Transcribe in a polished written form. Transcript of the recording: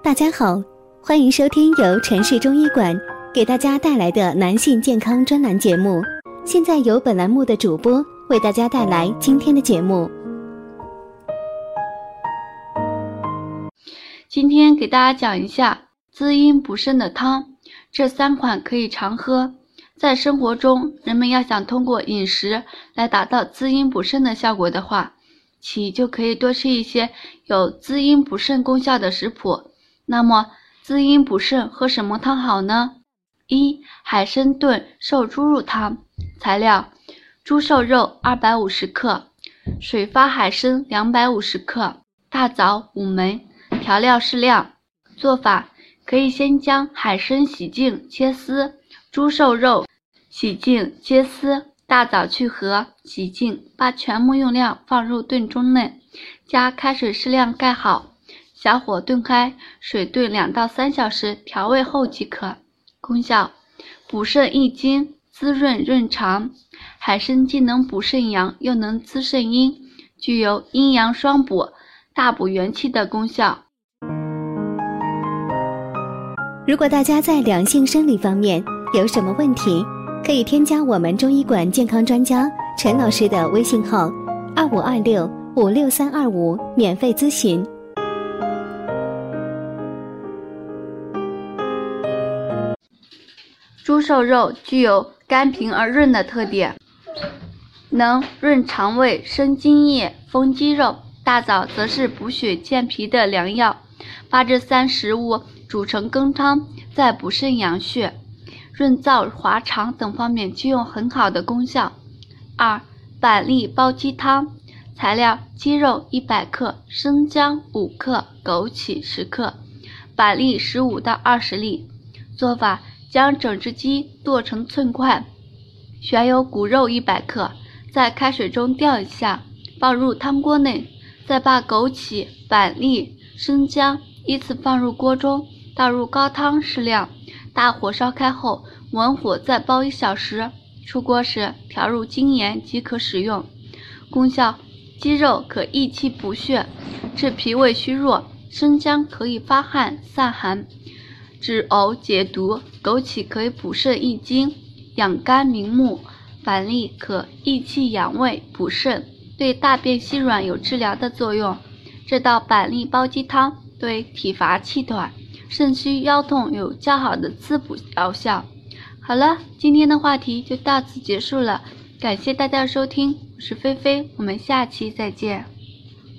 大家好，欢迎收听由城市中医馆给大家带来的男性健康专栏节目。现在由本栏目的主播为大家带来今天的节目。 今天给大家讲一下滋阴补肾的汤，这3款可以常喝。在生活中，人们要想通过饮食来达到滋阴补肾的效果的话，其就可以多吃一些有滋阴补肾功效的食谱。那么滋阴补肾喝什么汤好呢？海参炖瘦猪肉汤。材料：猪瘦肉250克，水发海参250克，大枣5枚，调料适量。做法：可以先将海参洗净切丝，猪瘦肉洗净切丝，大枣去核洗净，把全部用料放入炖盅内，加开水适量盖好，小火炖开，水炖2到3小时，调味后即可。功效：补肾益精，滋润润肠。海参既能补肾阳，又能滋肾阴，具有阴阳双补、大补元气的功效。 如果大家在两性生理方面有什么问题，可以添加我们中医馆健康专家陈老师的微信号2526-56325免费咨询。 猪瘦肉具有甘平而润的特点，能润肠胃、生津液、丰肌肉。大枣则是补血健脾的良药，8至3食物煮成羹汤，再补肾养血、润燥滑肠等方面具有很好的功效。板栗煲鸡汤。材料：鸡肉100克，生姜5克，枸杞10克，板栗15到20粒。做法：将整只鸡剁成寸块，选有骨肉100克，在开水中吊一下，放入汤锅内，再把枸杞、板栗、生姜依次放入锅中，倒入高汤适量，大火烧开后，文火再煲1小时，出锅时调入精盐即可使用。功效：鸡肉可益气补血，治脾胃虚弱；生姜可以发汗散寒，治呕解毒；枸杞可以补肾益精、养肝明目；板栗可益气养胃、补肾，对大便稀软有治疗的作用。这道板栗煲鸡汤对体乏气短、肾虚腰痛有较好的滋补疗效。好了，今天的话题就到此结束了，感谢大家的收听，我是菲菲，我们下期再见。